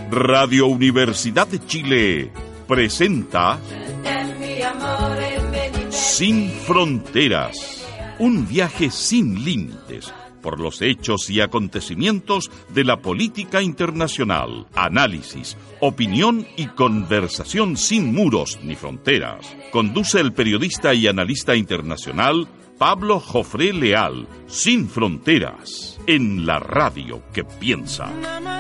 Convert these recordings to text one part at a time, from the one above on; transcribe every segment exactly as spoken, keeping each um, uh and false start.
Radio Universidad de Chile presenta Sin Fronteras, un viaje sin límites por los hechos y acontecimientos de la política internacional, análisis, opinión y conversación sin muros ni fronteras. Conduce el periodista y analista internacional Pablo Jofré Leal. Sin Fronteras, en la radio que piensa.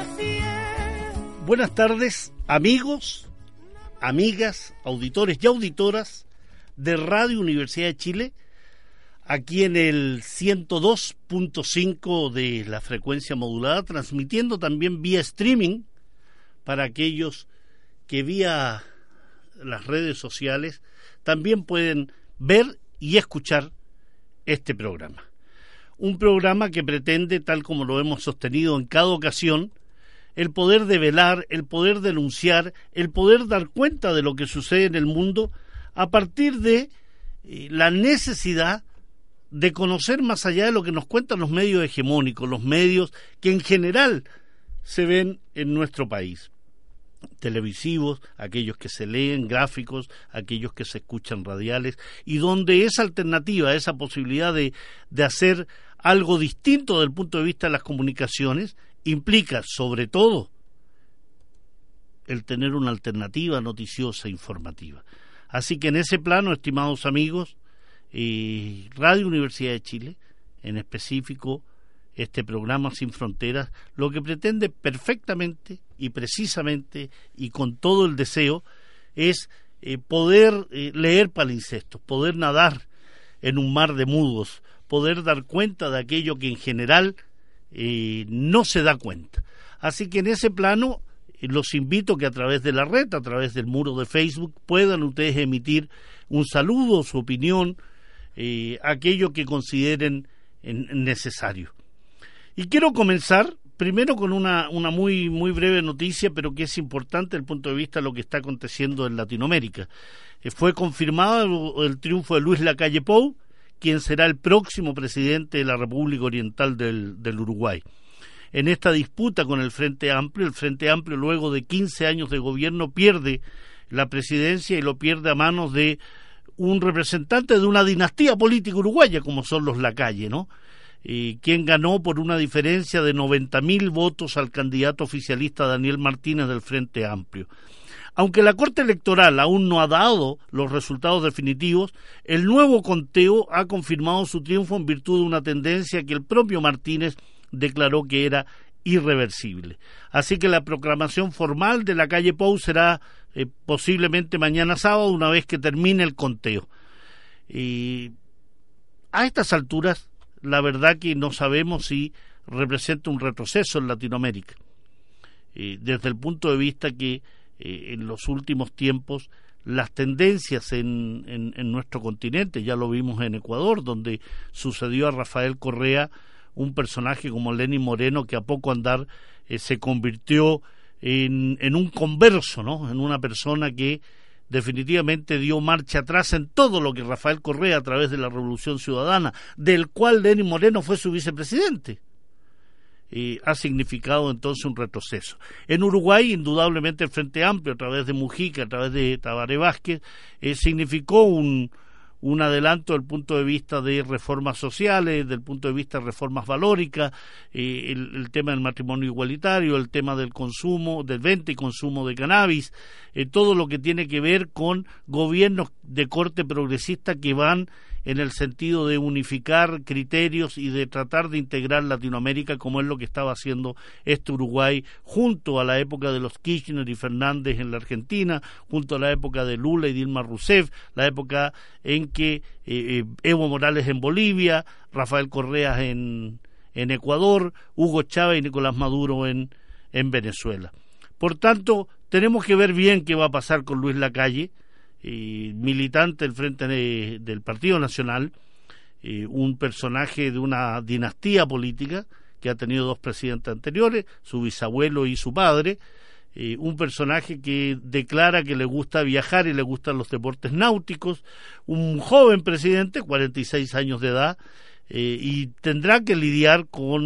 Buenas tardes, amigos, amigas, auditores y auditoras de Radio Universidad de Chile, aquí en el ciento dos punto cinco de la frecuencia modulada, transmitiendo también vía streaming para aquellos que vía las redes sociales también pueden ver y escuchar este programa. Un programa que pretende, tal como lo hemos sostenido en cada ocasión, el poder develar, el poder denunciar, el poder dar cuenta de lo que sucede en el mundo a partir de eh, la necesidad de conocer más allá de lo que nos cuentan los medios hegemónicos, los medios que en general se ven en nuestro país. Televisivos, aquellos que se leen, gráficos, aquellos que se escuchan radiales, y donde esa alternativa, esa posibilidad de, de hacer algo distinto desde el punto de vista de las comunicaciones, implica sobre todo el tener una alternativa noticiosa, informativa. Así que en ese plano, estimados amigos, eh, Radio Universidad de Chile, en específico este programa Sin Fronteras, lo que pretende perfectamente y precisamente y con todo el deseo es eh, poder eh, leer palimpsestos, poder nadar en un mar de mudos, poder dar cuenta de aquello que en general eh, no se da cuenta. Así que en ese plano eh, los invito que a través de la red, a través del muro de Facebook, puedan ustedes emitir un saludo, su opinión, eh, aquello que consideren en, en necesario. Y quiero comenzar primero con una, una muy, muy breve noticia, pero que es importante desde el punto de vista de lo que está aconteciendo en Latinoamérica. Eh, fue confirmado el, el triunfo de Luis Lacalle Pou, quien será el próximo presidente de la República Oriental del, del Uruguay. En esta disputa con el Frente Amplio, el Frente Amplio luego de quince años de gobierno pierde la presidencia y lo pierde a manos de un representante de una dinastía política uruguaya como son los Lacalle, ¿no? Eh, quien ganó por una diferencia de noventa mil votos al candidato oficialista Daniel Martínez del Frente Amplio. Aunque la Corte Electoral aún no ha dado los resultados definitivos, el nuevo conteo ha confirmado su triunfo en virtud de una tendencia que el propio Martínez declaró que era irreversible. Así que la proclamación formal de Lacalle Pou será eh, posiblemente mañana sábado, una vez que termine el conteo. Y a estas alturas, la verdad que no sabemos si representa un retroceso en Latinoamérica, eh, desde el punto de vista que eh, en los últimos tiempos las tendencias en, en, en nuestro continente, ya lo vimos en Ecuador, donde sucedió a Rafael Correa, un personaje como Lenín Moreno, que a poco andar eh, se convirtió en, en un converso, ¿no? En una persona que definitivamente dio marcha atrás en todo lo que Rafael Correa, a través de la Revolución Ciudadana, del cual Lenín Moreno fue su vicepresidente, eh, ha significado entonces un retroceso. En Uruguay, indudablemente, el Frente Amplio, a través de Mujica, a través de Tabaré Vázquez, eh, significó un, un adelanto desde el punto de vista de reformas sociales, desde el punto de vista de reformas valóricas, eh, el, el tema del matrimonio igualitario, el tema del consumo, del venta y consumo de cannabis, eh, todo lo que tiene que ver con gobiernos de corte progresista que van en el sentido de unificar criterios y de tratar de integrar Latinoamérica, como es lo que estaba haciendo este Uruguay junto a la época de los Kirchner y Fernández en la Argentina, junto a la época de Lula y Dilma Rousseff, la época en que eh, Evo Morales en Bolivia, Rafael Correa en, en Ecuador, Hugo Chávez y Nicolás Maduro en, en Venezuela. Por tanto, tenemos que ver bien qué va a pasar con Luis Lacalle, eh, militante del Frente de, del Partido Nacional, eh, un personaje de una dinastía política que ha tenido dos presidentes anteriores, su bisabuelo y su padre, eh, un personaje que declara que le gusta viajar y le gustan los deportes náuticos, un joven presidente, cuarenta y seis años de edad, eh, y tendrá que lidiar con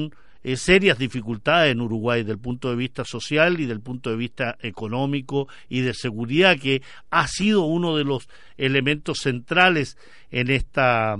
eh, serias dificultades en Uruguay desde el punto de vista social y del punto de vista económico y de seguridad, que ha sido uno de los elementos centrales en esta,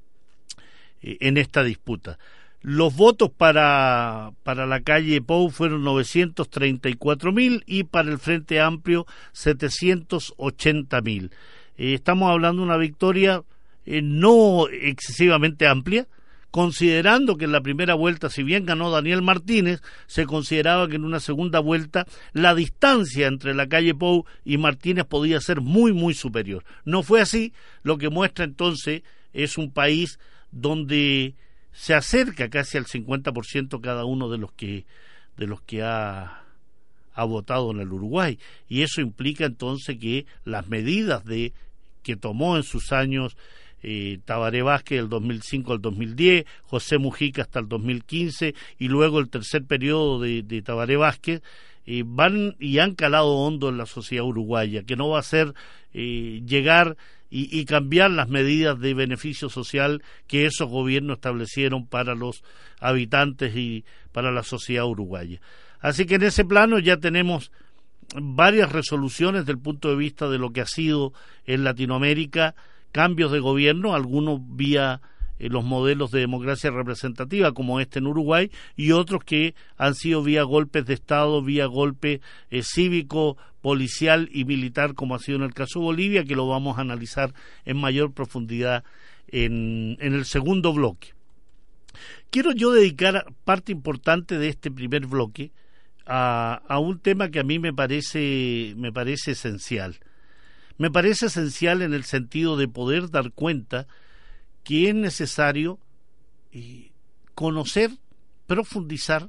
en esta disputa. Los votos para, para la calle Pou fueron novecientos treinta y cuatro mil y para el Frente Amplio setecientos ochenta mil. Eh, estamos hablando de una victoria eh, no excesivamente amplia, considerando que en la primera vuelta, si bien ganó Daniel Martínez, se consideraba que en una segunda vuelta la distancia entre la calle Pou y Martínez podía ser muy, muy superior. No fue así, lo que muestra entonces es un país donde se acerca casi al cincuenta por ciento cada uno de los que, de los que ha, ha votado en el Uruguay, y eso implica entonces que las medidas de que tomó en sus años Eh, Tabaré Vázquez del dos mil cinco al dos mil diez, José Mujica hasta el dos mil quince y luego el tercer periodo de, de Tabaré Vázquez, eh, van y han calado hondo en la sociedad uruguaya, que no va a ser eh, llegar y, y cambiar las medidas de beneficio social que esos gobiernos establecieron para los habitantes y para la sociedad uruguaya. Así que en ese plano ya tenemos varias resoluciones del punto de vista de lo que ha sido en Latinoamérica cambios de gobierno, algunos vía eh, los modelos de democracia representativa como este en Uruguay, y otros que han sido vía golpes de Estado, vía golpe eh, cívico, policial y militar, como ha sido en el caso de Bolivia, que lo vamos a analizar en mayor profundidad en, en el segundo bloque. Quiero yo dedicar parte importante de este primer bloque a, a un tema que a mí me parece, me parece esencial. Me parece esencial en el sentido de poder dar cuenta que es necesario eh, conocer, profundizar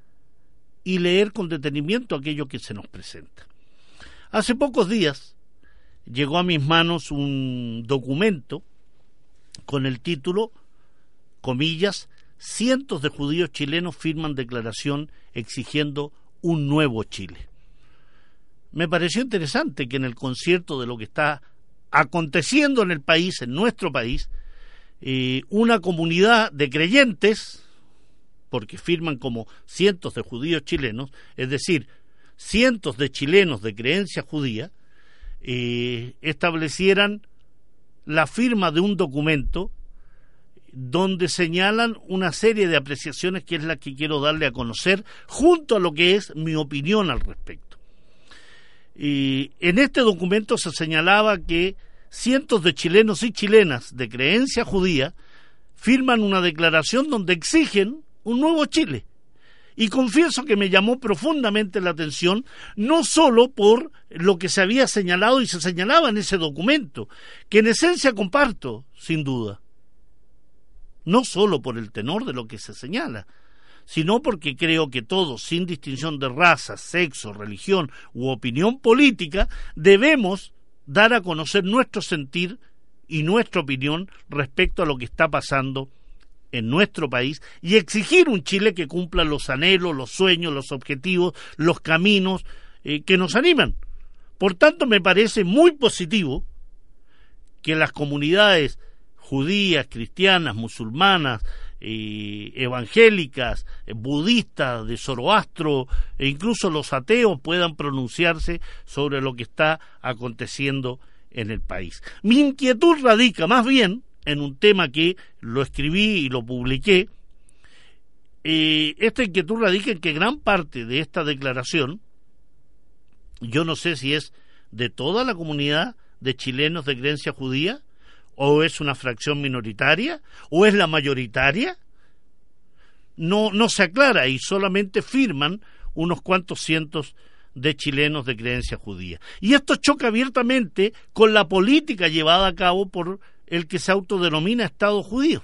y leer con detenimiento aquello que se nos presenta. Hace pocos días llegó a mis manos un documento con el título, comillas, cientos de judíos chilenos firman declaración exigiendo un nuevo Chile. Me pareció interesante que en el concierto de lo que está aconteciendo en el país, en nuestro país, eh, una comunidad de creyentes, porque firman como cientos de judíos chilenos, es decir, cientos de chilenos de creencia judía, eh, establecieran la firma de un documento donde señalan una serie de apreciaciones que es la que quiero darle a conocer, junto a lo que es mi opinión al respecto. Y en este documento se señalaba que cientos de chilenos y chilenas de creencia judía firman una declaración donde exigen un nuevo Chile. Y confieso que me llamó profundamente la atención, no solo por lo que se había señalado y se señalaba en ese documento, que en esencia comparto, sin duda, no solo por el tenor de lo que se señala, sino porque creo que todos, sin distinción de raza, sexo, religión u opinión política, debemos dar a conocer nuestro sentir y nuestra opinión respecto a lo que está pasando en nuestro país y exigir un Chile que cumpla los anhelos, los sueños, los objetivos, los caminos eh, que nos animan. Por tanto, me parece muy positivo que las comunidades judías, cristianas, musulmanas, eh, evangélicas, eh, budistas, de Zoroastro, e incluso los ateos puedan pronunciarse sobre lo que está aconteciendo en el país. Mi inquietud radica más bien en un tema que lo escribí y lo publiqué. Eh, esta inquietud radica en que gran parte de esta declaración, yo no sé si es de toda la comunidad de chilenos de creencia judía, o es una fracción minoritaria, o es la mayoritaria, no, no se aclara y solamente firman unos cuantos cientos de chilenos de creencia judía. Y esto choca abiertamente con la política llevada a cabo por el que se autodenomina Estado judío.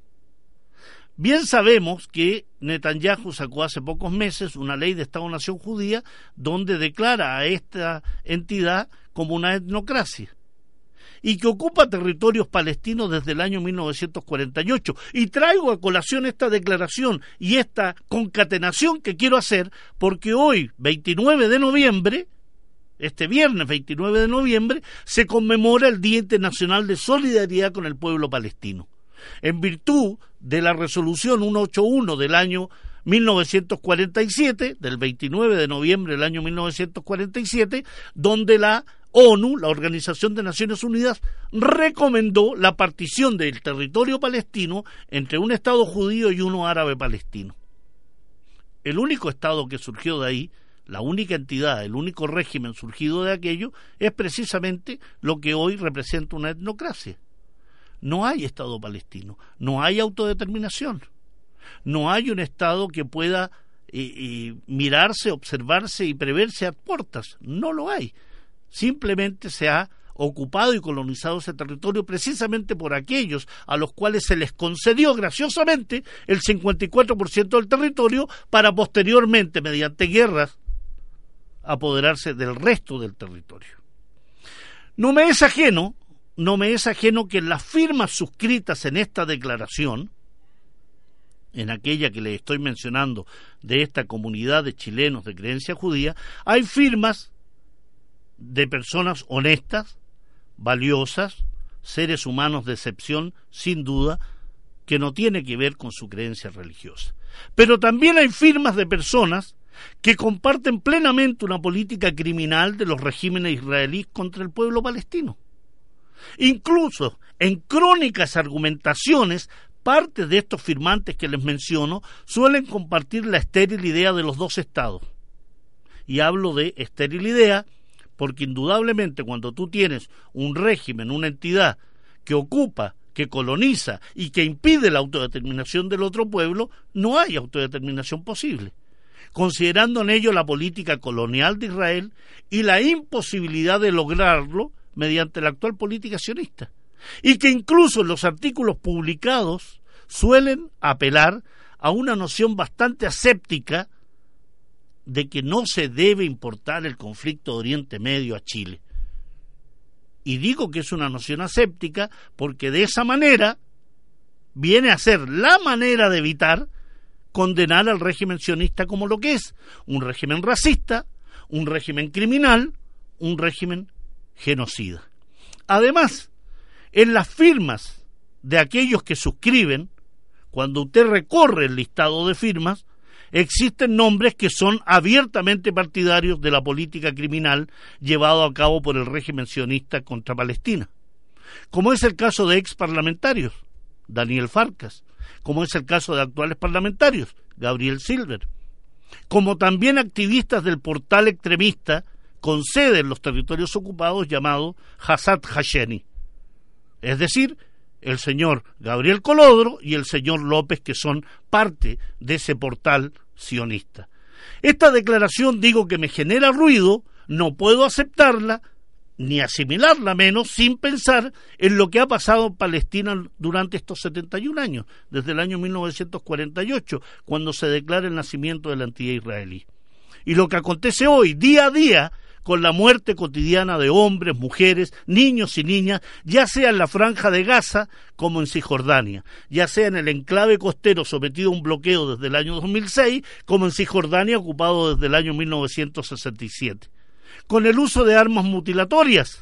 Bien sabemos que Netanyahu sacó hace pocos meses una ley de Estado-Nación judía donde declara a esta entidad como una etnocracia y que ocupa territorios palestinos desde el año mil novecientos cuarenta y ocho. Y traigo a colación esta declaración y esta concatenación que quiero hacer porque hoy, veintinueve de noviembre, este viernes veintinueve de noviembre, se conmemora el Día Internacional de Solidaridad con el Pueblo Palestino. En virtud de la resolución ciento ochenta y uno del año mil novecientos cuarenta y siete, del veintinueve de noviembre del año mil novecientos cuarenta y siete, donde la ONU, la Organización de Naciones Unidas, recomendó la partición del territorio palestino entre un Estado judío y uno árabe palestino. El único Estado que surgió de ahí, la única entidad, el único régimen surgido de aquello, es precisamente lo que hoy representa una etnocracia. No hay Estado palestino, no hay autodeterminación, no hay un Estado que pueda eh, eh, mirarse, observarse y preverse a puertas, no lo hay. Simplemente se ha ocupado y colonizado ese territorio precisamente por aquellos a los cuales se les concedió graciosamente el cincuenta y cuatro por ciento del territorio para posteriormente, mediante guerras, apoderarse del resto del territorio. No me es ajeno, no me es ajeno que en las firmas suscritas en esta declaración, en aquella que le estoy mencionando de esta comunidad de chilenos de creencia judía, hay firmas de personas honestas, valiosas, seres humanos de excepción, sin duda, que no tiene que ver con su creencia religiosa. Pero también hay firmas de personas que comparten plenamente una política criminal de los regímenes israelíes contra el pueblo palestino. Incluso en crónicas argumentaciones, parte de estos firmantes que les menciono suelen compartir la estéril idea de los dos estados. Y hablo de estéril idea porque indudablemente cuando tú tienes un régimen, una entidad que ocupa, que coloniza y que impide la autodeterminación del otro pueblo, no hay autodeterminación posible, considerando en ello la política colonial de Israel y la imposibilidad de lograrlo mediante la actual política sionista, y que incluso en los artículos publicados suelen apelar a una noción bastante aséptica de que no se debe importar el conflicto de Oriente Medio a Chile. Y digo que es una noción aséptica porque de esa manera viene a ser la manera de evitar condenar al régimen sionista como lo que es, un régimen racista, un régimen criminal, un régimen genocida. Además, en las firmas de aquellos que suscriben, cuando usted recorre el listado de firmas, existen nombres que son abiertamente partidarios de la política criminal llevada a cabo por el régimen sionista contra Palestina, como es el caso de ex parlamentarios, Daniel Farkas, como es el caso de actuales parlamentarios, Gabriel Silver, como también activistas del portal extremista con sede en los territorios ocupados llamado Hassad Hasheni, es decir, el señor Gabriel Colodro y el señor López, que son parte de ese portal sionista. Esta declaración, digo que me genera ruido, no puedo aceptarla, ni asimilarla menos, sin pensar en lo que ha pasado en Palestina durante estos setenta y un años, desde el año mil novecientos cuarenta y ocho, cuando se declara el nacimiento de la entidad israelí. Y lo que acontece hoy, día a día, con la muerte cotidiana de hombres, mujeres, niños y niñas, ya sea en la franja de Gaza como en Cisjordania, ya sea en el enclave costero sometido a un bloqueo desde el año dos mil seis, como en Cisjordania ocupado desde el año mil novecientos sesenta y siete, con el uso de armas mutilatorias,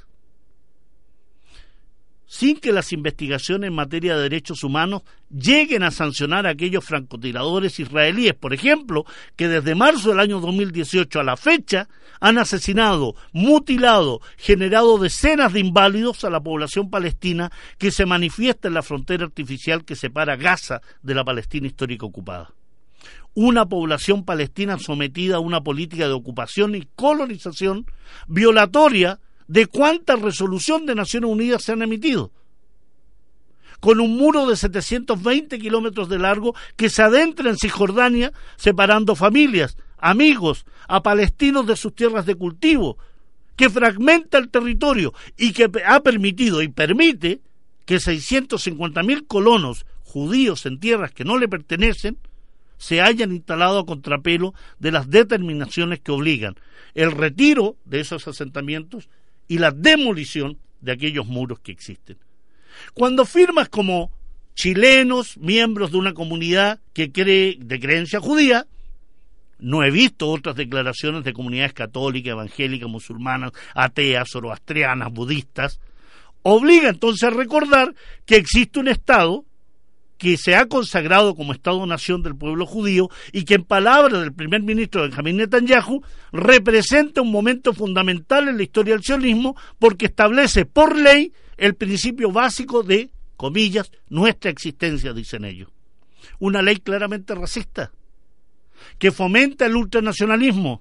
sin que las investigaciones en materia de derechos humanos lleguen a sancionar a aquellos francotiradores israelíes, por ejemplo, que desde marzo del año dos mil dieciocho a la fecha han asesinado, mutilado, generado decenas de inválidos a la población palestina que se manifiesta en la frontera artificial que separa Gaza de la Palestina histórica ocupada. Una población palestina sometida a una política de ocupación y colonización violatoria de cuánta resolución de Naciones Unidas se han emitido, con un muro de setecientos veinte kilómetros de largo que se adentra en Cisjordania, separando familias, amigos, a palestinos de sus tierras de cultivo, que fragmenta el territorio y que ha permitido y permite que seiscientos cincuenta mil colonos judíos en tierras que no le pertenecen se hayan instalado a contrapelo de las determinaciones que obligan el retiro de esos asentamientos y la demolición de aquellos muros que existen. Cuando firmas como chilenos, miembros de una comunidad que cree de creencia judía, no he visto otras declaraciones de comunidades católicas, evangélicas, musulmanas, ateas, zoroastrianas, budistas, obliga entonces a recordar que existe un Estado que se ha consagrado como Estado-nación del pueblo judío y que en palabras del primer ministro Benjamín Netanyahu representa un momento fundamental en la historia del sionismo porque establece por ley el principio básico de, comillas, nuestra existencia, dicen ellos. Una ley claramente racista, que fomenta el ultranacionalismo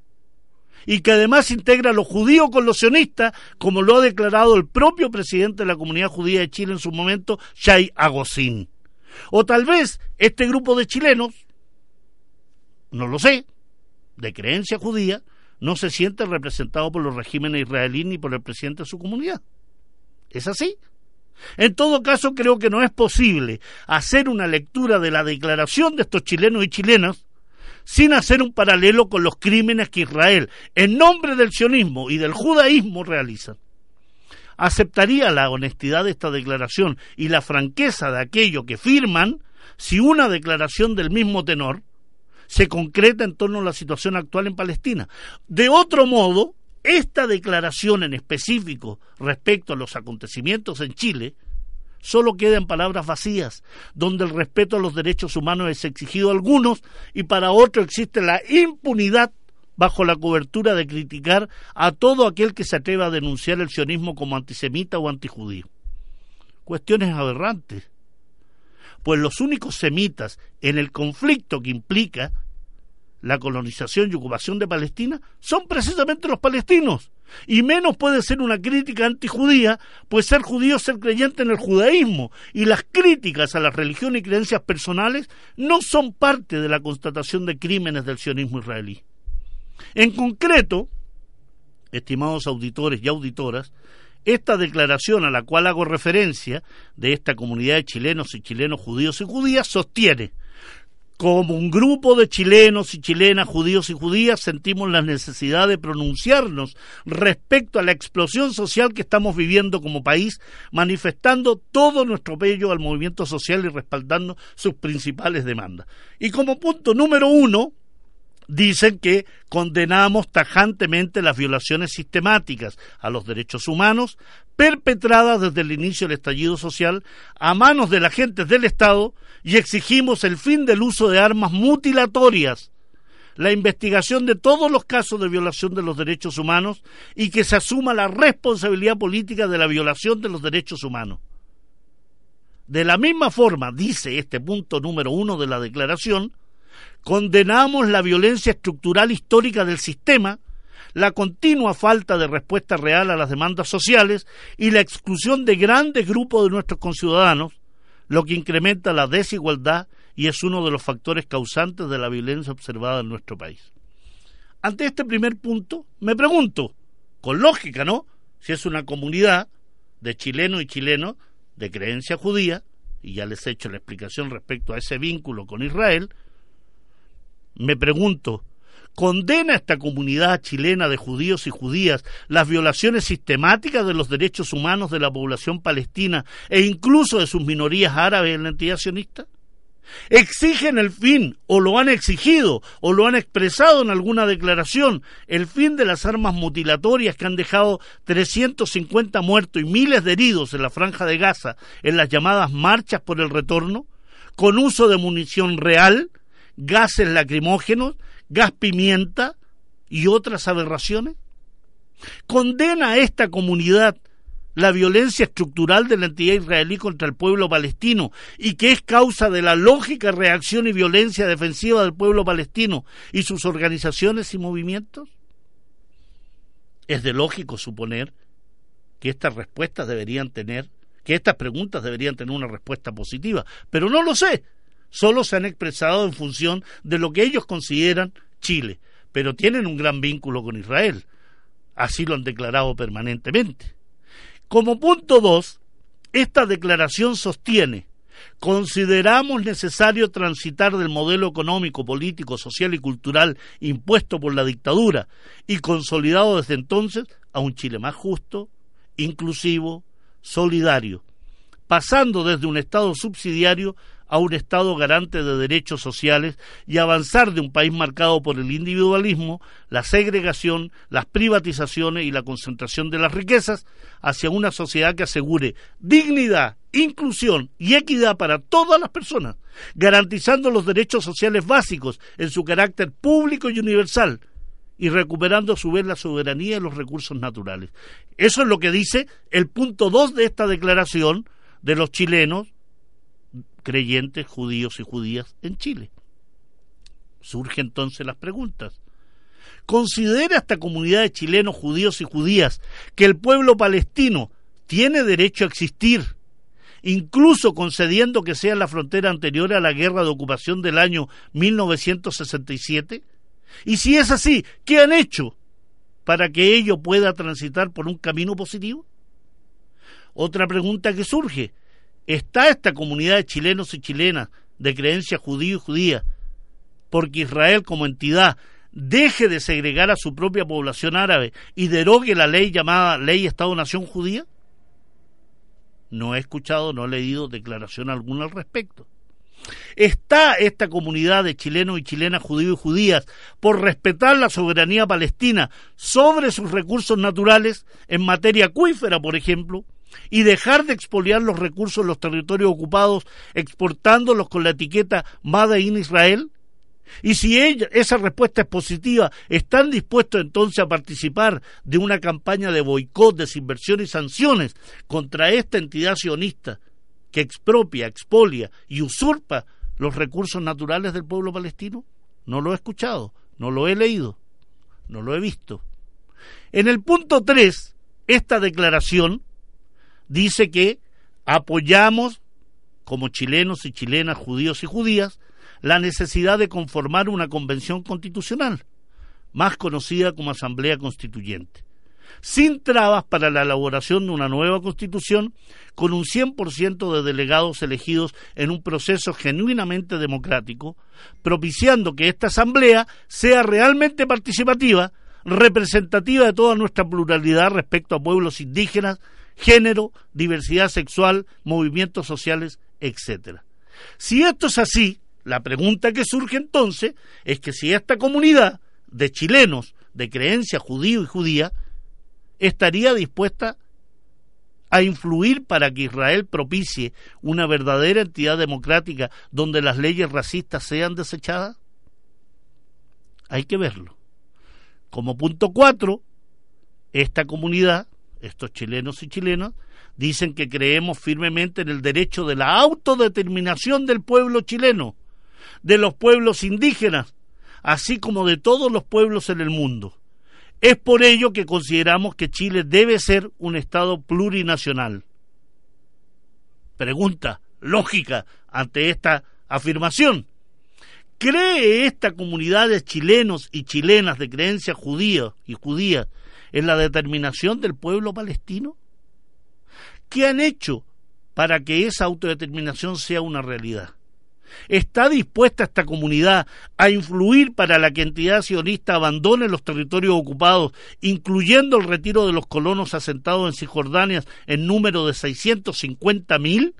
y que además integra a los judíos con los sionistas, como lo ha declarado el propio presidente de la Comunidad Judía de Chile en su momento, Shai Agosín. O tal vez este grupo de chilenos, no lo sé, de creencia judía, no se siente representado por los regímenes israelíes ni por el presidente de su comunidad. ¿Es así? En todo caso, creo que no es posible hacer una lectura de la declaración de estos chilenos y chilenas sin hacer un paralelo con los crímenes que Israel, en nombre del sionismo y del judaísmo, realiza. Aceptaría la honestidad de esta declaración y la franqueza de aquello que firman si una declaración del mismo tenor se concreta en torno a la situación actual en Palestina. De otro modo, esta declaración en específico respecto a los acontecimientos en Chile solo queda en palabras vacías, donde el respeto a los derechos humanos es exigido a algunos y para otros existe la impunidad bajo la cobertura de criticar a todo aquel que se atreva a denunciar el sionismo como antisemita o antijudío. Cuestiones aberrantes, pues los únicos semitas en el conflicto que implica la colonización y ocupación de Palestina son precisamente los palestinos, y menos puede ser una crítica antijudía, pues ser judío es ser creyente en el judaísmo, y las críticas a la religión y creencias personales no son parte de la constatación de crímenes del sionismo israelí. En concreto, estimados auditores y auditoras, esta declaración a la cual hago referencia de esta comunidad de chilenos y chilenos judíos y judías sostiene: como un grupo de chilenos y chilenas, judíos y judías, sentimos la necesidad de pronunciarnos respecto a la explosión social que estamos viviendo como país, manifestando todo nuestro apoyo al movimiento social y respaldando sus principales demandas. Y como punto número uno, dicen que condenamos tajantemente las violaciones sistemáticas a los derechos humanos perpetradas desde el inicio del estallido social a manos de agentes del Estado y exigimos el fin del uso de armas mutilatorias, la investigación de todos los casos de violación de los derechos humanos y que se asuma la responsabilidad política de la violación de los derechos humanos. De la misma forma, dice este punto número uno de la declaración, condenamos la violencia estructural histórica del sistema, la continua falta de respuesta real a las demandas sociales y la exclusión de grandes grupos de nuestros conciudadanos, lo que incrementa la desigualdad y es uno de los factores causantes de la violencia observada en nuestro país. Ante este primer punto, me pregunto, con lógica, ¿no?, si es una comunidad de chilenos y chilenos de creencia judía, y ya les he hecho la explicación respecto a ese vínculo con Israel, me pregunto, ¿condena esta comunidad chilena de judíos y judías las violaciones sistemáticas de los derechos humanos de la población palestina e incluso de sus minorías árabes en la entidad sionista? ¿Exigen el fin, o lo han exigido, o lo han expresado en alguna declaración, el fin de las armas mutilatorias que han dejado trescientos cincuenta muertos y miles de heridos en la Franja de Gaza en las llamadas marchas por el retorno, con uso de munición real, gases lacrimógenos, gas pimienta y otras aberraciones? ¿Condena a esta comunidad la violencia estructural de la entidad israelí contra el pueblo palestino y que es causa de la lógica reacción y violencia defensiva del pueblo palestino y sus organizaciones y movimientos? Es de lógico suponer que estas respuestas deberían tener, que estas preguntas deberían tener una respuesta positiva, pero no lo sé. Solo se han expresado en función de lo que ellos consideran Chile, pero tienen un gran vínculo con Israel. Así lo han declarado permanentemente. Como punto dos, esta declaración sostiene: consideramos necesario transitar del modelo económico, político, social y cultural impuesto por la dictadura y consolidado desde entonces a un Chile más justo, inclusivo, solidario, pasando desde un Estado subsidiario a un Estado garante de derechos sociales y avanzar de un país marcado por el individualismo, la segregación, las privatizaciones y la concentración de las riquezas hacia una sociedad que asegure dignidad, inclusión y equidad para todas las personas, garantizando los derechos sociales básicos en su carácter público y universal y recuperando a su vez la soberanía y los recursos naturales. Eso es lo que dice el punto dos de esta declaración de los chilenos creyentes, judíos y judías en Chile. Surgen entonces las preguntas. ¿Considera esta comunidad de chilenos, judíos y judías que el pueblo palestino tiene derecho a existir, incluso concediendo que sea la frontera anterior a la guerra de ocupación del año mil novecientos sesenta y siete? Y si es así, ¿qué han hecho para que ello pueda transitar por un camino positivo? Otra pregunta que surge: ¿está esta comunidad de chilenos y chilenas de creencia judío y judía porque Israel como entidad deje de segregar a su propia población árabe y derogue la ley llamada Ley Estado-Nación Judía? No he escuchado, no he leído declaración alguna al respecto. ¿Está esta comunidad de chilenos y chilenas judíos y judías por respetar la soberanía palestina sobre sus recursos naturales en materia acuífera, por ejemplo, y dejar de expoliar los recursos en los territorios ocupados exportándolos con la etiqueta Made in Israel? Y si ella, esa respuesta es positiva, ¿están dispuestos entonces a participar de una campaña de boicot, desinversión y sanciones contra esta entidad sionista que expropia, expolia y usurpa los recursos naturales del pueblo palestino? No lo he escuchado, no lo he leído, no lo he visto. En el punto tres, esta declaración dice que apoyamos, como chilenos y chilenas, judíos y judías, la necesidad de conformar una convención constitucional, más conocida como Asamblea Constituyente, sin trabas para la elaboración de una nueva constitución, con un cien por ciento de delegados elegidos en un proceso genuinamente democrático, propiciando que esta asamblea sea realmente participativa, representativa de toda nuestra pluralidad respecto a pueblos indígenas, género, diversidad sexual, movimientos sociales, etcétera. Si esto es así, la pregunta que surge entonces es que si esta comunidad de chilenos de creencia judío y judía estaría dispuesta a influir para que Israel propicie una verdadera entidad democrática donde las leyes racistas sean desechadas. Hay que verlo. Como punto cuatro, esta comunidad, estos chilenos y chilenas, dicen que creemos firmemente en el derecho de la autodeterminación del pueblo chileno, de los pueblos indígenas, así como de todos los pueblos en el mundo. Es por ello que consideramos que Chile debe ser un Estado plurinacional. Pregunta lógica ante esta afirmación: ¿cree esta comunidad de chilenos y chilenas de creencia judía y judía en la determinación del pueblo palestino? ¿Qué han hecho para que esa autodeterminación sea una realidad? ¿Está dispuesta esta comunidad a influir para la que entidad sionista abandone los territorios ocupados, incluyendo el retiro de los colonos asentados en Cisjordania en número de seiscientos cincuenta mil?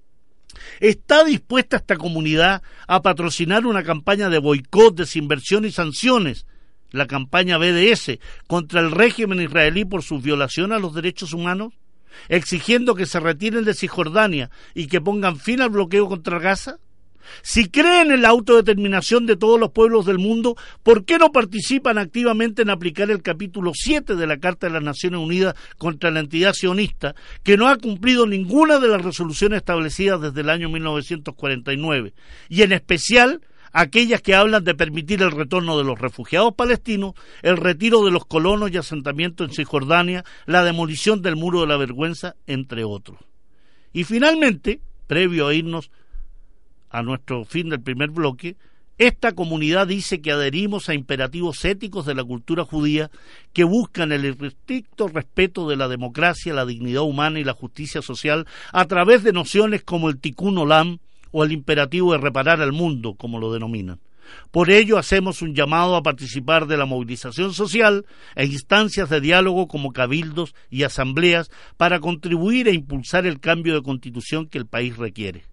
¿Está dispuesta esta comunidad a patrocinar una campaña de boicot, desinversión y sanciones, la campaña B D S, contra el régimen israelí por su violación a los derechos humanos, exigiendo que se retiren de Cisjordania y que pongan fin al bloqueo contra Gaza? Si creen en la autodeterminación de todos los pueblos del mundo, ¿por qué no participan activamente en aplicar el capítulo siete de la Carta de las Naciones Unidas contra la entidad sionista, que no ha cumplido ninguna de las resoluciones establecidas desde el año mil novecientos cuarenta y nueve, y en especial aquellas que hablan de permitir el retorno de los refugiados palestinos, el retiro de los colonos y asentamientos en Cisjordania, la demolición del Muro de la Vergüenza, entre otros? Y finalmente, previo a irnos a nuestro fin del primer bloque, esta comunidad dice que adherimos a imperativos éticos de la cultura judía que buscan el estricto respeto de la democracia, la dignidad humana y la justicia social a través de nociones como el tikkun olam o el imperativo de reparar al mundo, como lo denominan. Por ello hacemos un llamado a participar de la movilización social e instancias de diálogo como cabildos y asambleas para contribuir a impulsar el cambio de constitución que el país requiere.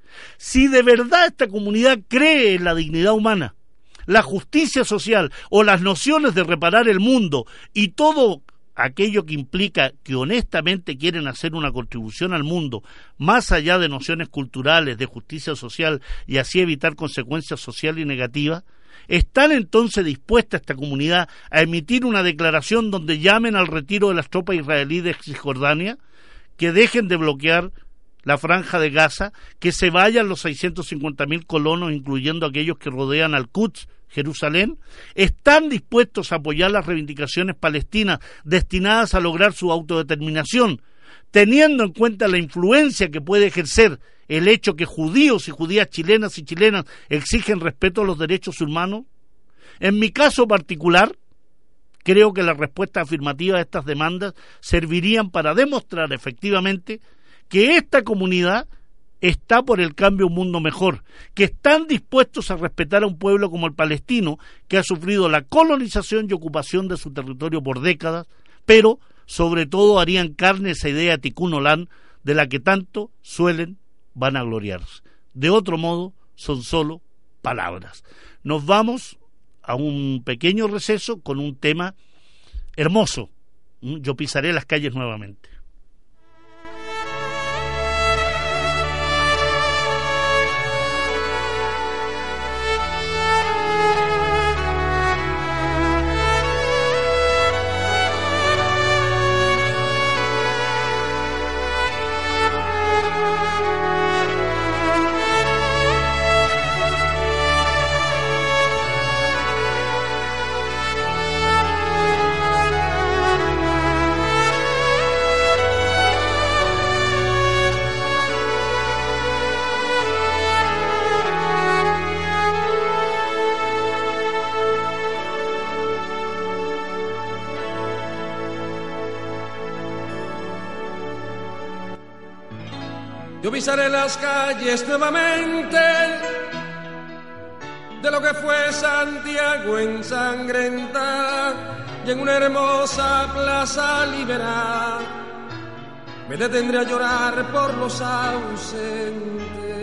Si de verdad esta comunidad cree en la dignidad humana, la justicia social o las nociones de reparar el mundo y todo aquello que implica que honestamente quieren hacer una contribución al mundo, más allá de nociones culturales, de justicia social y así evitar consecuencias sociales y negativas, ¿están entonces dispuestas esta comunidad a emitir una declaración donde llamen al retiro de las tropas israelíes de Cisjordania, que dejen de bloquear la franja de Gaza, que se vayan los seiscientos cincuenta mil colonos, incluyendo aquellos que rodean al Quds, Jerusalén? ¿Están dispuestos a apoyar las reivindicaciones palestinas destinadas a lograr su autodeterminación, teniendo en cuenta la influencia que puede ejercer el hecho que judíos y judías chilenas y chilenas exigen respeto a los derechos humanos? En mi caso particular, creo que las respuestas afirmativas a estas demandas servirían para demostrar efectivamente que esta comunidad está por el cambio a un mundo mejor, que están dispuestos a respetar a un pueblo como el palestino, que ha sufrido la colonización y ocupación de su territorio por décadas, pero sobre todo harían carne esa idea tikkun olam de la que tanto suelen vanagloriarse. De otro modo, son solo palabras. Nos vamos a un pequeño receso con un tema hermoso. Yo pisaré las calles nuevamente. Yo pisaré las calles nuevamente de lo que fue Santiago ensangrentada, y en una hermosa plaza liberal me detendré a llorar por los ausentes.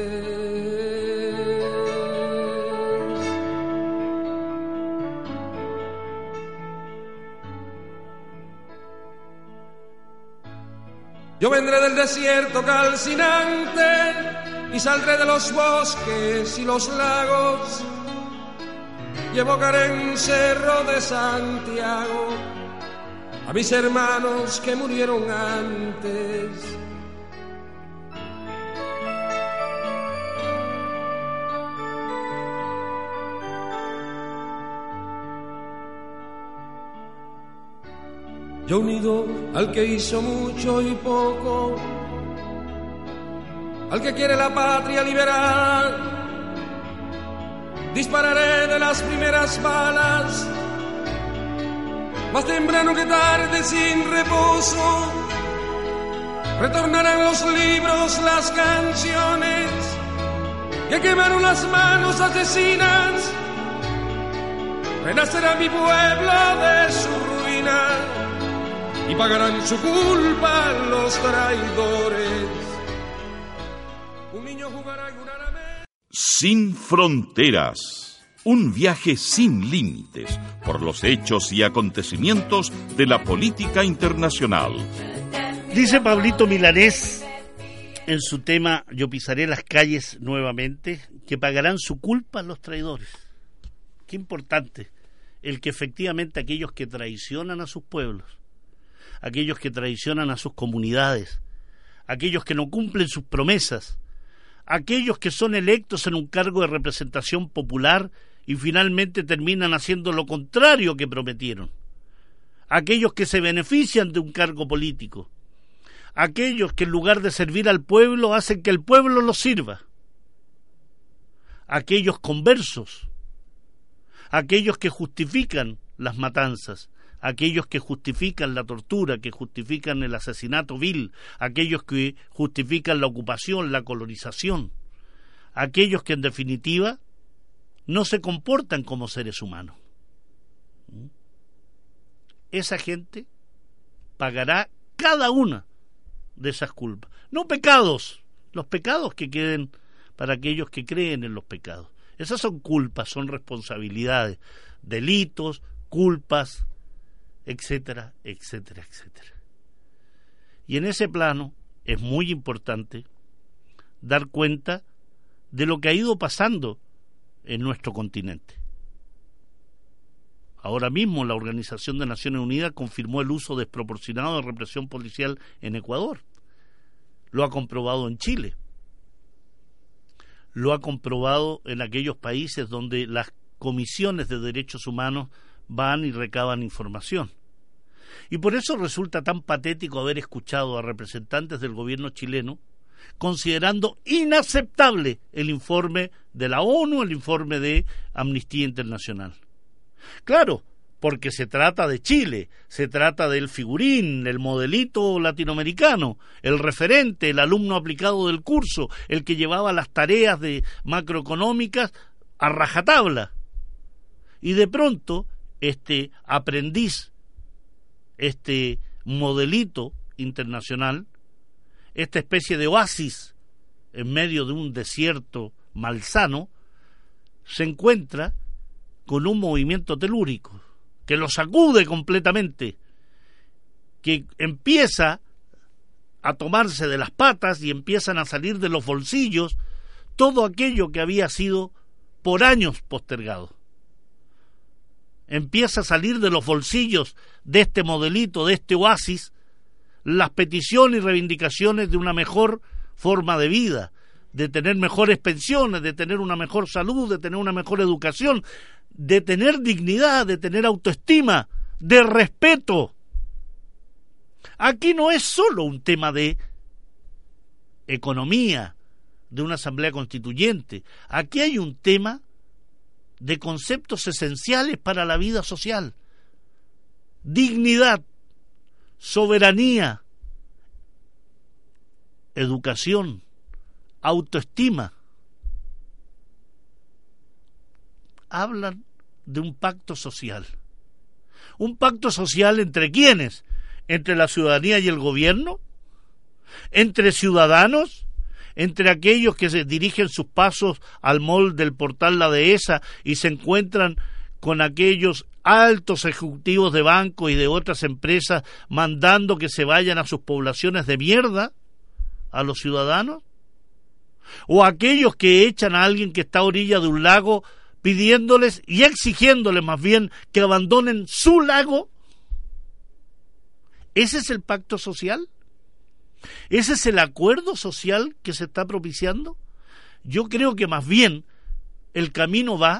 Yo vendré del desierto calcinante y saldré de los bosques y los lagos y evocaré en Cerro de Santiago a mis hermanos que murieron antes. Yo unido al que hizo mucho y poco, al que quiere la patria liberar, dispararé de las primeras balas, más temprano que tarde sin reposo. Retornarán los libros, las canciones que quemaron las manos asesinas. Renacerá mi pueblo de su ruina y pagarán su culpa los traidores. Un niño jugará en una alameda. Sin fronteras. Un viaje sin límites por los hechos y acontecimientos de la política internacional. Dice Pablito Milanés en su tema Yo pisaré las calles nuevamente, que pagarán su culpa los traidores. Qué importante el que efectivamente aquellos que traicionan a sus pueblos, aquellos que traicionan a sus comunidades, aquellos que no cumplen sus promesas, aquellos que son electos en un cargo de representación popular y finalmente terminan haciendo lo contrario que prometieron, aquellos que se benefician de un cargo político, aquellos que en lugar de servir al pueblo hacen que el pueblo los sirva, aquellos conversos, aquellos que justifican las matanzas, aquellos que justifican la tortura, que justifican el asesinato vil, aquellos que justifican la ocupación, la colonización, aquellos que en definitiva no se comportan como seres humanos. Esa gente pagará cada una de esas culpas. No pecados, los pecados que queden para aquellos que creen en los pecados. Esas son culpas, son responsabilidades, delitos, culpas, etcétera, etcétera, etcétera. Y en ese plano es muy importante dar cuenta de lo que ha ido pasando en nuestro continente. Ahora mismo la Organización de Naciones Unidas confirmó el uso desproporcionado de represión policial en Ecuador. Lo ha comprobado en Chile. Lo ha comprobado en aquellos países donde las comisiones de derechos humanos van y recaban información. Y por eso resulta tan patético haber escuchado a representantes del gobierno chileno considerando inaceptable el informe de la ONU, el informe de Amnistía Internacional. Claro, porque se trata de Chile, se trata del figurín, el modelito latinoamericano, el referente, el alumno aplicado del curso, el que llevaba las tareas de macroeconómicas a rajatabla. Y de pronto, este aprendiz, este modelito internacional, esta especie de oasis en medio de un desierto malsano, se encuentra con un movimiento telúrico que lo sacude completamente, que empieza a tomarse de las patas y empiezan a salir de los bolsillos todo aquello que había sido por años postergado. Empieza a salir de los bolsillos de este modelito, de este oasis, las peticiones y reivindicaciones de una mejor forma de vida, de tener mejores pensiones, de tener una mejor salud, de tener una mejor educación, de tener dignidad, de tener autoestima, de respeto. Aquí no es solo un tema de economía, de una asamblea constituyente. Aquí hay un tema de conceptos esenciales para la vida social. Dignidad, soberanía, educación, autoestima. Hablan de un pacto social. ¿Un pacto social entre quiénes? ¿Entre la ciudadanía y el gobierno? ¿Entre ciudadanos? ¿Entre aquellos que se dirigen sus pasos al mall del portal La Dehesa y se encuentran con aquellos altos ejecutivos de banco y de otras empresas mandando que se vayan a sus poblaciones de mierda a los ciudadanos? ¿O aquellos que echan a alguien que está a orilla de un lago pidiéndoles y exigiéndoles más bien que abandonen su lago? ¿Ese es el pacto social? ¿Ese es el acuerdo social que se está propiciando? Yo creo que más bien el camino va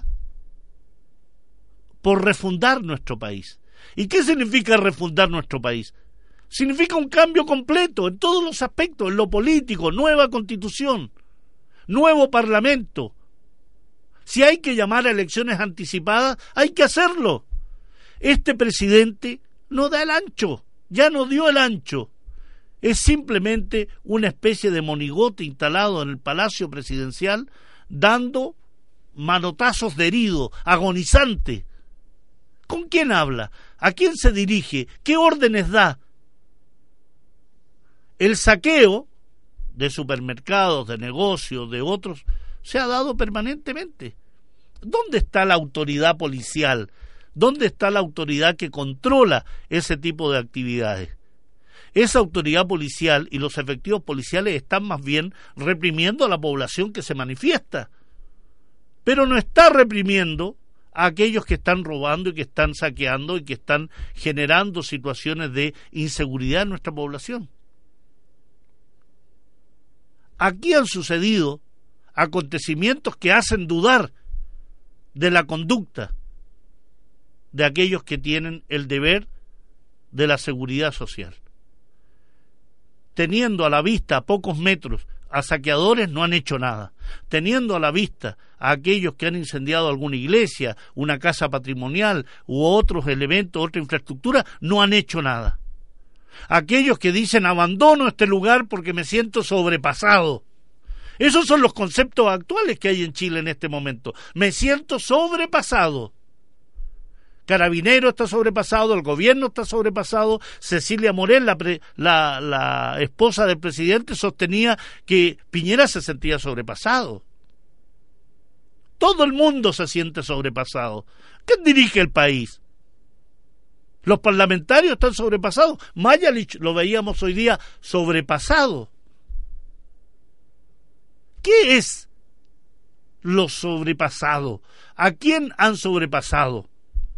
por refundar nuestro país. ¿Y qué significa refundar nuestro país? Significa un cambio completo en todos los aspectos, en lo político, nueva constitución, nuevo parlamento. Si hay que llamar a elecciones anticipadas, hay que hacerlo. Este presidente no da el ancho, ya no dio el ancho. Es simplemente una especie de monigote instalado en el Palacio Presidencial, dando manotazos de herido, agonizante. ¿Con quién habla? ¿A quién se dirige? ¿Qué órdenes da? El saqueo de supermercados, de negocios, de otros, se ha dado permanentemente. ¿Dónde está la autoridad policial? ¿Dónde está la autoridad que controla ese tipo de actividades? Esa autoridad policial y los efectivos policiales están más bien reprimiendo a la población que se manifiesta, pero no está reprimiendo a aquellos que están robando y que están saqueando y que están generando situaciones de inseguridad en nuestra población. Aquí han sucedido acontecimientos que hacen dudar de la conducta de aquellos que tienen el deber de la seguridad social. Teniendo a la vista a pocos metros a saqueadores, no han hecho nada. Teniendo a la vista a aquellos que han incendiado alguna iglesia, una casa patrimonial u otros elementos, otra infraestructura, no han hecho nada. Aquellos que dicen abandono este lugar porque me siento sobrepasado. Esos son los conceptos actuales que hay en Chile en este momento. Me siento sobrepasado. Carabineros está sobrepasado, el gobierno está sobrepasado. Cecilia Morel, la, pre, la, la esposa del presidente, sostenía que Piñera se sentía sobrepasado. Todo el mundo se siente sobrepasado. ¿Quién dirige el país? Los parlamentarios están sobrepasados. Mayalich lo veíamos hoy día sobrepasado. ¿Qué es lo sobrepasado? ¿A quién han sobrepasado?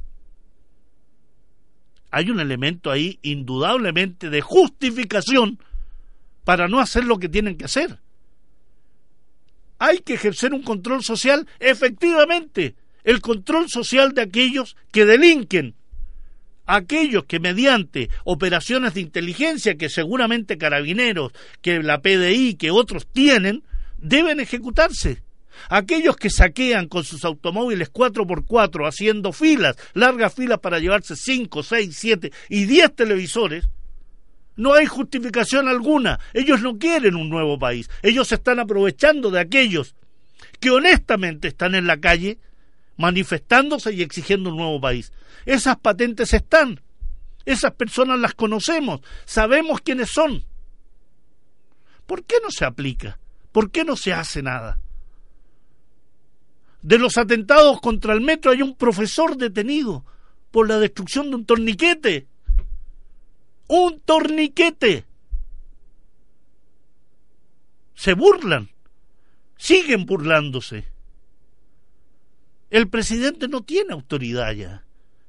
Hay un elemento ahí indudablemente de justificación para no hacer lo que tienen que hacer. Hay que ejercer un control social, efectivamente, el control social de aquellos que delinquen, aquellos que mediante operaciones de inteligencia que seguramente Carabineros, que la P D I, que otros tienen, deben ejecutarse. Aquellos que saquean con sus automóviles cuatro por cuatro haciendo filas, largas filas para llevarse cinco, seis, siete y diez televisores, no hay justificación alguna. Ellos no quieren un nuevo país. Ellos se están aprovechando de aquellos que honestamente están en la calle manifestándose y exigiendo un nuevo país. Esas patentes están. Esas personas las conocemos. Sabemos quiénes son. ¿Por qué no se aplica? ¿Por qué no se hace nada? De los atentados contra el metro hay un profesor detenido por la destrucción de un torniquete. ¡Un torniquete! Se burlan. Siguen burlándose. El presidente no tiene autoridad ya.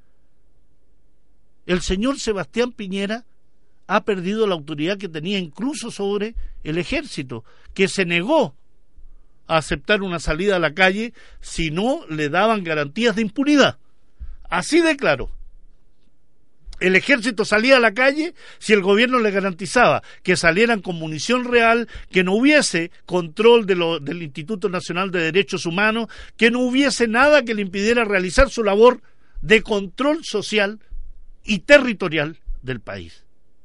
El señor Sebastián Piñera ha perdido la autoridad que tenía incluso sobre el ejército, que se negó a aceptar una salida a la calle si no le daban garantías de impunidad. Así de claro. El ejército salía a la calle si el gobierno le garantizaba que salieran con munición real, que no hubiese control de lo, del Instituto Nacional de Derechos Humanos, que no hubiese nada que le impidiera realizar su labor de control social y territorial del país.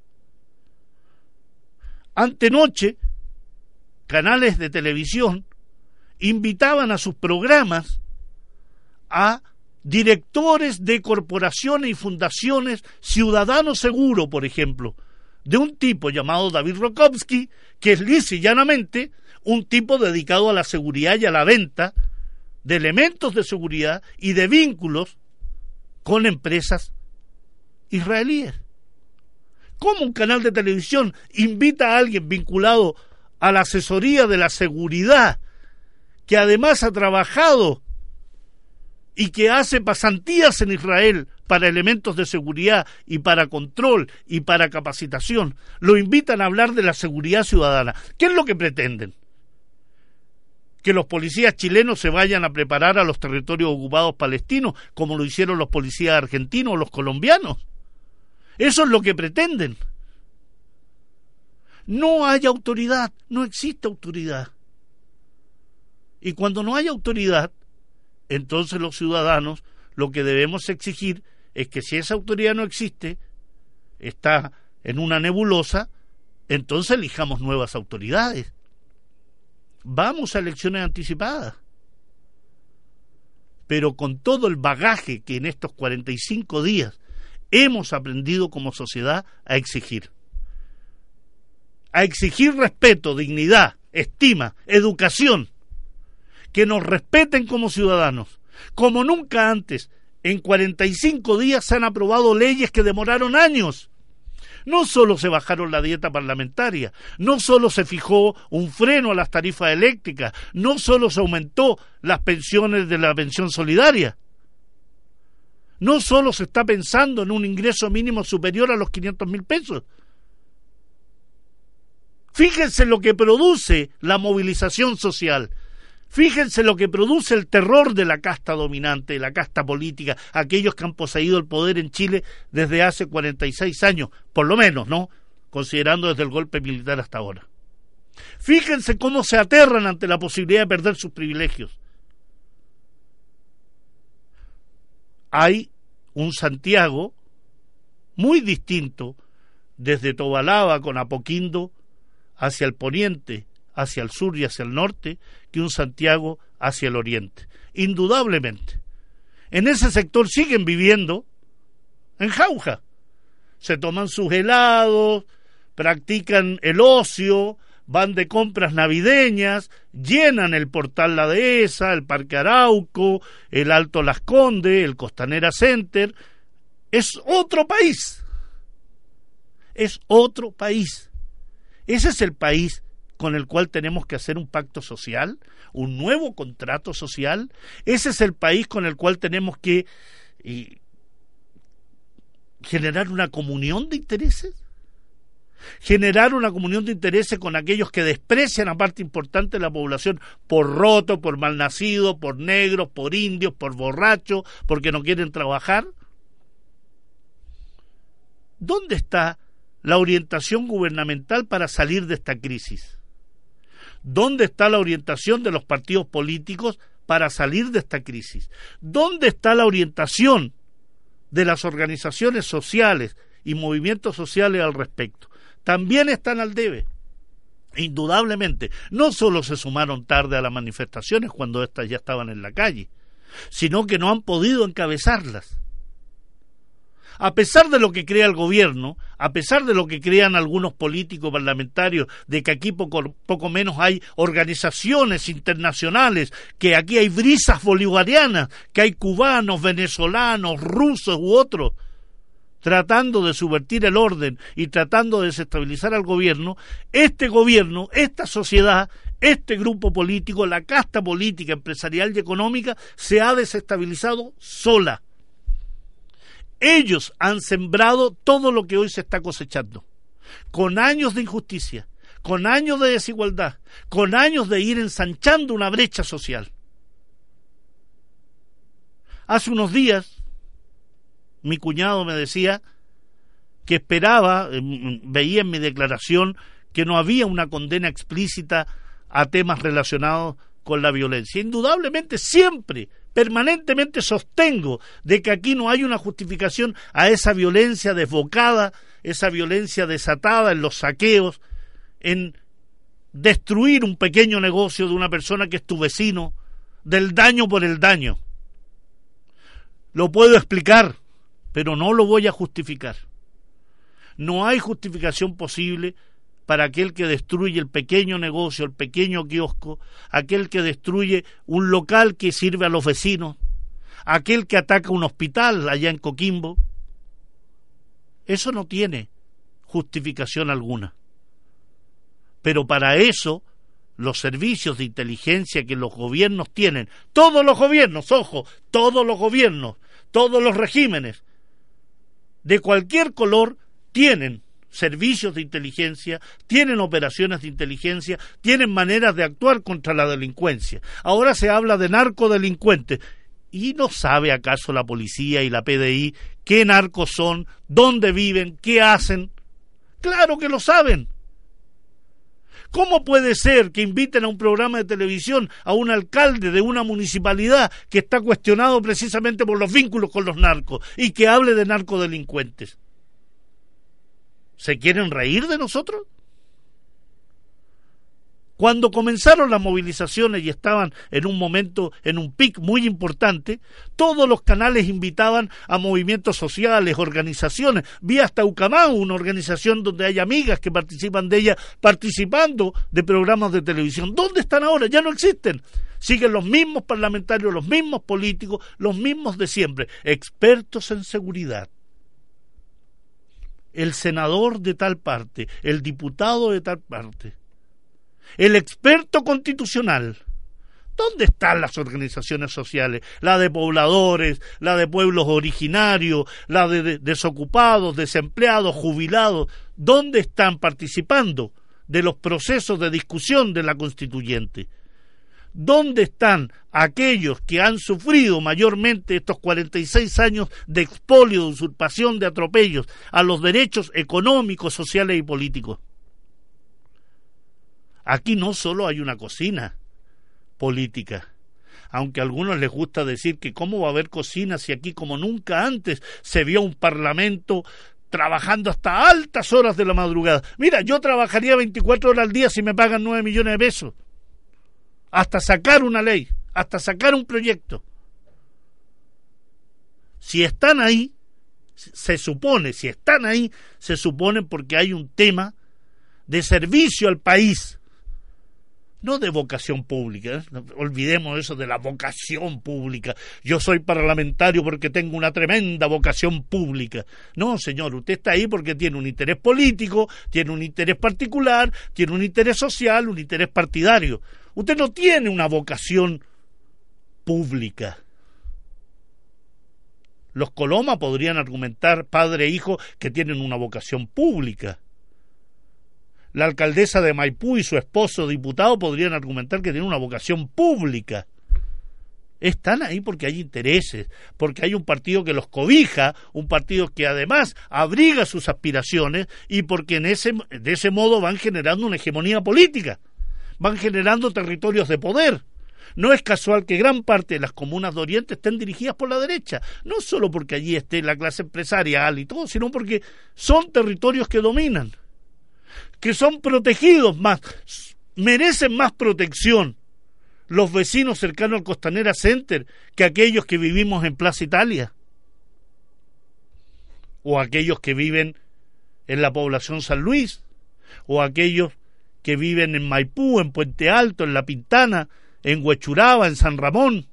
Antenoche, canales de televisión invitaban a sus programas a directores de corporaciones y fundaciones, Ciudadano Seguro, por ejemplo, de un tipo llamado David Rokovsky, que es lisa y llanamente un tipo dedicado a la seguridad y a la venta de elementos de seguridad y de vínculos con empresas israelíes. ¿Cómo un canal de televisión invita a alguien vinculado a la asesoría de la seguridad, que además ha trabajado y que hace pasantías en Israel para elementos de seguridad y para control y para capacitación? Lo invitan a hablar de la seguridad ciudadana. ¿Qué es lo que pretenden? ¿Que los policías chilenos se vayan a preparar a los territorios ocupados palestinos, como lo hicieron los policías argentinos o los colombianos? Eso es lo que pretenden. No hay autoridad, no existe autoridad. Y cuando no hay autoridad, entonces los ciudadanos lo que debemos exigir es que si esa autoridad no existe, está en una nebulosa, entonces elijamos nuevas autoridades. Vamos a elecciones anticipadas. Pero con todo el bagaje que en estos cuarenta y cinco días hemos aprendido como sociedad a exigir. A exigir respeto, dignidad, estima, educación. Que nos respeten como ciudadanos. Como nunca antes, en cuarenta y cinco días se han aprobado leyes que demoraron años. No solo se bajaron la dieta parlamentaria, no solo se fijó un freno a las tarifas eléctricas, no solo se aumentó las pensiones de la pensión solidaria, no solo se está pensando en un ingreso mínimo superior a los quinientos mil pesos. Fíjense lo que produce la movilización social. Fíjense lo que produce el terror de la casta dominante, de la casta política, aquellos que han poseído el poder en Chile desde hace cuarenta y seis años, por lo menos, ¿no? Considerando desde el golpe militar hasta ahora. Fíjense cómo se aterran ante la posibilidad de perder sus privilegios. Hay un Santiago muy distinto desde Tobalaba con Apoquindo hacia el poniente, hacia el sur y hacia el norte, que un Santiago hacia el oriente. Indudablemente. en ese sector siguen viviendo en jauja. Se toman sus helados, practican el ocio, van de compras navideñas, llenan el Portal La Dehesa, el Parque Arauco, el Alto Las Condes, el Costanera Center. Es otro país. Es otro país. Ese es el país con el cual tenemos que hacer un pacto social, un nuevo contrato social. Ese es el país con el cual tenemos que eh, generar una comunión de intereses. Generar una comunión de intereses con aquellos que desprecian a parte importante de la población por roto, por malnacido, por negros, por indios, por borrachos, porque no quieren trabajar. ¿Dónde está la orientación gubernamental para salir de esta crisis? ¿Dónde está la orientación de los partidos políticos para salir de esta crisis? ¿Dónde está la orientación de las organizaciones sociales y movimientos sociales al respecto? También están al debe, indudablemente. No solo se sumaron tarde a las manifestaciones cuando éstas ya estaban en la calle, sino que no han podido encabezarlas. A pesar de lo que crea el gobierno, a pesar de lo que crean algunos políticos parlamentarios, de que aquí poco, poco menos hay organizaciones internacionales, que aquí hay brisas bolivarianas, que hay cubanos, venezolanos, rusos u otros, tratando de subvertir el orden y tratando de desestabilizar al gobierno, este gobierno, esta sociedad, este grupo político, la casta política, empresarial y económica, se ha desestabilizado sola. Ellos han sembrado todo lo que hoy se está cosechando, con años de injusticia, con años de desigualdad, con años de ir ensanchando una brecha social. Hace unos días, mi cuñado me decía que esperaba, veía en mi declaración, que no había una condena explícita a temas relacionados con la violencia. Indudablemente siempre, permanentemente sostengo de que aquí no hay una justificación a esa violencia desbocada, esa violencia desatada en los saqueos, en destruir un pequeño negocio de una persona que es tu vecino, del daño por el daño. Lo puedo explicar, pero no lo voy a justificar. No hay justificación posible para aquel que destruye el pequeño negocio, el pequeño kiosco, aquel que destruye un local que sirve a los vecinos, aquel que ataca un hospital allá en Coquimbo. Eso no tiene justificación alguna. Pero para eso, los servicios de inteligencia que los gobiernos tienen, todos los gobiernos, ojo, todos los gobiernos, todos los regímenes, de cualquier color, tienen servicios de inteligencia, tienen operaciones de inteligencia, tienen maneras de actuar contra la delincuencia. Ahora se habla de narcodelincuentes. ¿Y no sabe acaso la policía y la P D I qué narcos son, dónde viven, qué hacen? ¡Claro que lo saben! ¿Cómo puede ser que inviten a un programa de televisión a un alcalde de una municipalidad que está cuestionado precisamente por los vínculos con los narcos y que hable de narcodelincuentes? ¿Se quieren reír de nosotros? Cuando comenzaron las movilizaciones y estaban en un momento, en un pic muy importante, todos los canales invitaban a movimientos sociales, organizaciones. Vi hasta Ucamau, una organización donde hay amigas que participan de ella, participando de programas de televisión. ¿Dónde están ahora? Ya no existen. Siguen los mismos parlamentarios, los mismos políticos, los mismos de siempre, expertos en seguridad. El senador de tal parte, el diputado de tal parte, el experto constitucional. ¿Dónde están las organizaciones sociales? La de pobladores, la de pueblos originarios, la de, de desocupados, desempleados, jubilados. ¿Dónde están participando de los procesos de discusión de la constituyente? ¿Dónde están aquellos que han sufrido mayormente estos cuarenta y seis años de expolio, de usurpación, de atropellos a los derechos económicos, sociales y políticos? Aquí no solo hay una cocina política, aunque a algunos les gusta decir que cómo va a haber cocina si aquí como nunca antes se vio un parlamento trabajando hasta altas horas de la madrugada. Mira, yo trabajaría veinticuatro horas al día si me pagan nueve millones de pesos. Hasta sacar una ley, hasta sacar un proyecto. Si están ahí, se supone, si están ahí, se supone porque hay un tema de servicio al país, no de vocación pública, ¿eh? No, olvidemos eso de la vocación pública. Yo soy parlamentario porque tengo una tremenda vocación pública. No, señor, usted está ahí porque tiene un interés político, tiene un interés particular, tiene un interés social, un interés partidario. Usted no tiene una vocación pública. Los Coloma podrían argumentar, padre e hijo, que tienen una vocación pública. La alcaldesa de Maipú y su esposo diputado podrían argumentar que tienen una vocación pública. Están ahí porque hay intereses, porque hay un partido que los cobija, un partido que además abriga sus aspiraciones y porque en ese, de ese modo van generando una hegemonía política, van generando territorios de poder. No es casual que gran parte de las comunas de Oriente estén dirigidas por la derecha, no solo porque allí esté la clase empresarial y todo, sino porque son territorios que dominan, que son protegidos más, merecen más protección los vecinos cercanos al Costanera Center que aquellos que vivimos en Plaza Italia o aquellos que viven en la población San Luis o aquellos que viven en Maipú, en Puente Alto, en La Pintana, en Huechuraba, en San Ramón.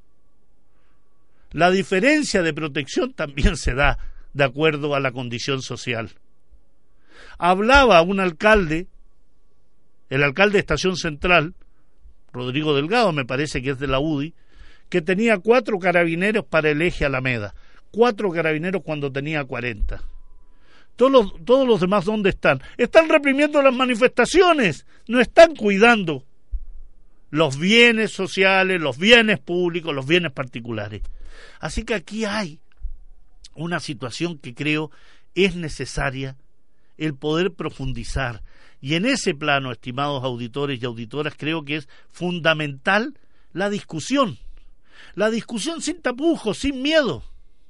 La diferencia de protección también se da de acuerdo a la condición social. Hablaba un alcalde, el alcalde de Estación Central, Rodrigo Delgado, me parece que es de la U D I, que tenía cuatro carabineros para el eje Alameda, cuatro carabineros cuando tenía cuarenta. Todos los, todos los demás, ¿dónde están? Están reprimiendo las manifestaciones, no están cuidando los bienes sociales, los bienes públicos, los bienes particulares. Así que aquí hay una situación que creo es necesaria el poder profundizar. Y en ese plano, estimados auditores y auditoras, creo que es fundamental la discusión. La discusión sin tapujos, sin miedo.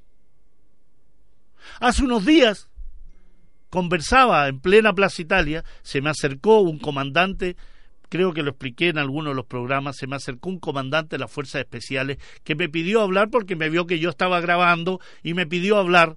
Hace unos días conversaba en plena Plaza Italia, se me acercó un comandante, creo que lo expliqué en alguno de los programas, se me acercó un comandante de las Fuerzas Especiales que me pidió hablar porque me vio que yo estaba grabando y me pidió hablar,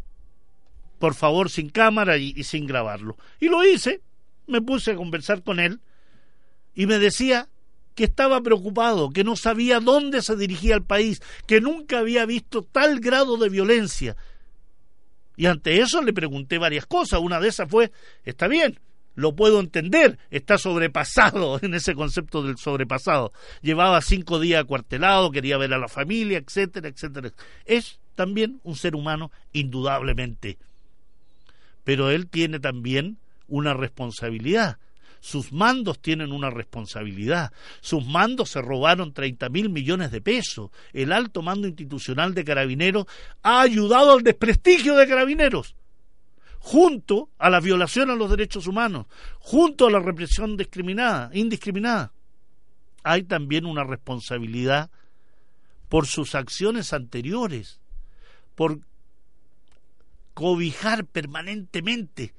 por favor, sin cámara y, y sin grabarlo. Y lo hice, me puse a conversar con él y me decía que estaba preocupado, que no sabía dónde se dirigía el país, que nunca había visto tal grado de violencia. Y ante eso le pregunté varias cosas. Una de esas fue, está bien, lo puedo entender, está sobrepasado en ese concepto del sobrepasado. Llevaba cinco días acuartelado, quería ver a la familia, etcétera, etcétera. Es también un ser humano, indudablemente. Pero él tiene también una responsabilidad. Sus mandos tienen una responsabilidad. Sus mandos se robaron treinta mil millones de pesos. El alto mando institucional de Carabineros ha ayudado al desprestigio de Carabineros, junto a la violación a los derechos humanos, junto a la represión discriminada, indiscriminada. Hay también una responsabilidad por sus acciones anteriores, por cobijar permanentemente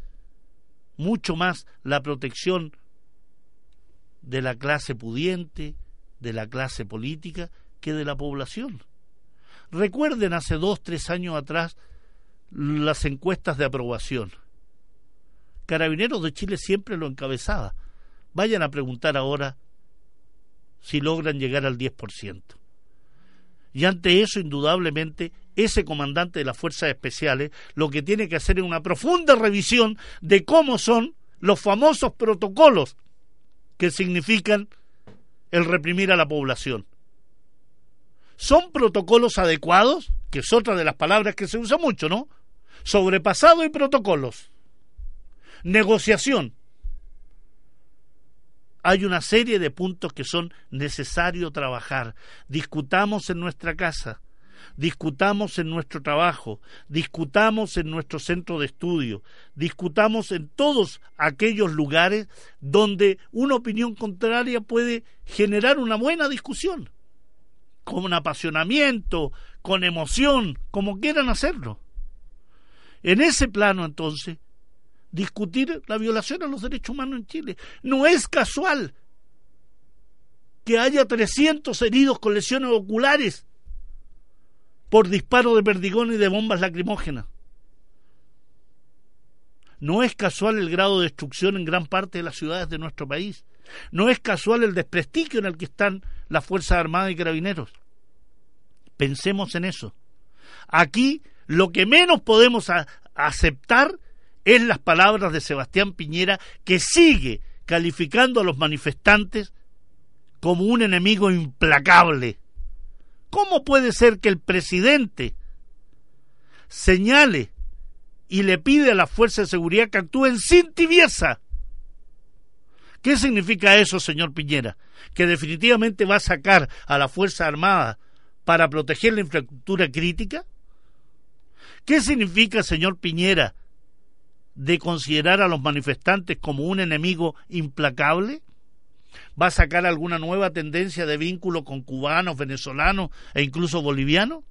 mucho más la protección de la clase pudiente, de la clase política, que de la población. Recuerden hace dos, tres años atrás las encuestas de aprobación. Carabineros de Chile siempre lo encabezaba. Vayan a preguntar ahora si logran llegar al diez por ciento. Y ante eso, indudablemente, ese comandante de las Fuerzas Especiales lo que tiene que hacer es una profunda revisión de cómo son los famosos protocolos que significan el reprimir a la población. ¿Son protocolos adecuados? Que es otra de las palabras que se usa mucho, ¿no? Sobrepasado y protocolos. Negociación. Hay una serie de puntos que son necesarios trabajar. Discutamos en nuestra casa, discutamos en nuestro trabajo, discutamos en nuestro centro de estudio, discutamos en todos aquellos lugares donde una opinión contraria puede generar una buena discusión, con apasionamiento, con emoción, como quieran hacerlo. En ese plano, entonces, discutir la violación a los derechos humanos en Chile. No es casual que haya trescientos heridos con lesiones oculares, por disparo de perdigón y de bombas lacrimógenas. No es casual el grado de destrucción en gran parte de las ciudades de nuestro país. No es casual el desprestigio en el que están las Fuerzas Armadas y Carabineros. Pensemos en eso. Aquí lo que menos podemos a- aceptar es las palabras de Sebastián Piñera, que sigue calificando a los manifestantes como un enemigo implacable. ¿Cómo puede ser que el presidente señale y le pide a las fuerzas de seguridad que actúen sin tibieza? ¿Qué significa eso, señor Piñera? ¿Que definitivamente va a sacar a la Fuerza Armada para proteger la infraestructura crítica? ¿Qué significa, señor Piñera, de considerar a los manifestantes como un enemigo implacable? ¿Va a sacar alguna nueva tendencia de vínculo con cubanos, venezolanos e incluso bolivianos?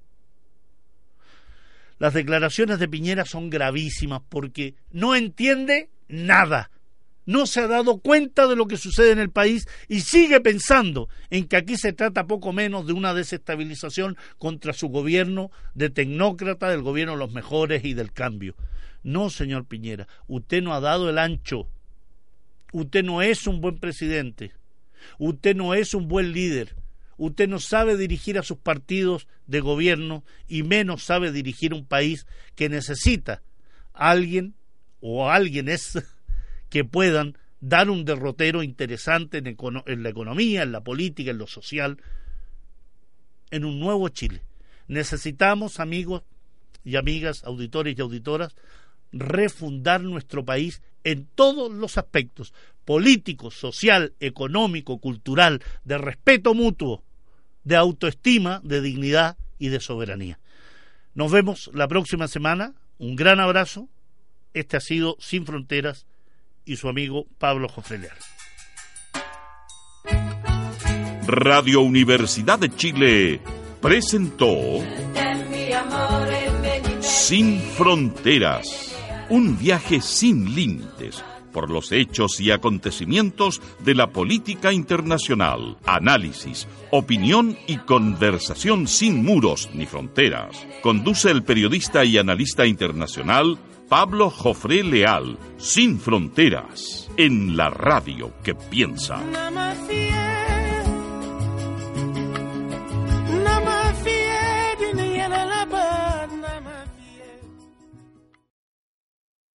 Las declaraciones de Piñera son gravísimas porque no entiende nada. No se ha dado cuenta de lo que sucede en el país y sigue pensando en que aquí se trata poco menos de una desestabilización contra su gobierno de tecnócrata, del gobierno de los mejores y del cambio. No, señor Piñera, usted no ha dado el ancho. Usted no es un buen presidente. Usted no es un buen líder. Usted no sabe dirigir a sus partidos de gobierno y menos sabe dirigir un país que necesita a alguien o alguienes que puedan dar un derrotero interesante en, econo- en la economía, en la política, en lo social, en un nuevo Chile. Necesitamos, amigos y amigas, auditores y auditoras, refundar nuestro país en todos los aspectos, político, social, económico, cultural, de respeto mutuo, de autoestima, de dignidad y de soberanía. Nos vemos la próxima semana. Un gran abrazo. Este ha sido Sin Fronteras y su amigo Pablo Jofré Leal. Radio Universidad de Chile presentó Sin Fronteras, un viaje sin límites por los hechos y acontecimientos de la política internacional, análisis, opinión y conversación sin muros ni fronteras. Conduce el periodista y analista internacional Pablo Jofré Leal. Sin Fronteras, en la radio que piensa.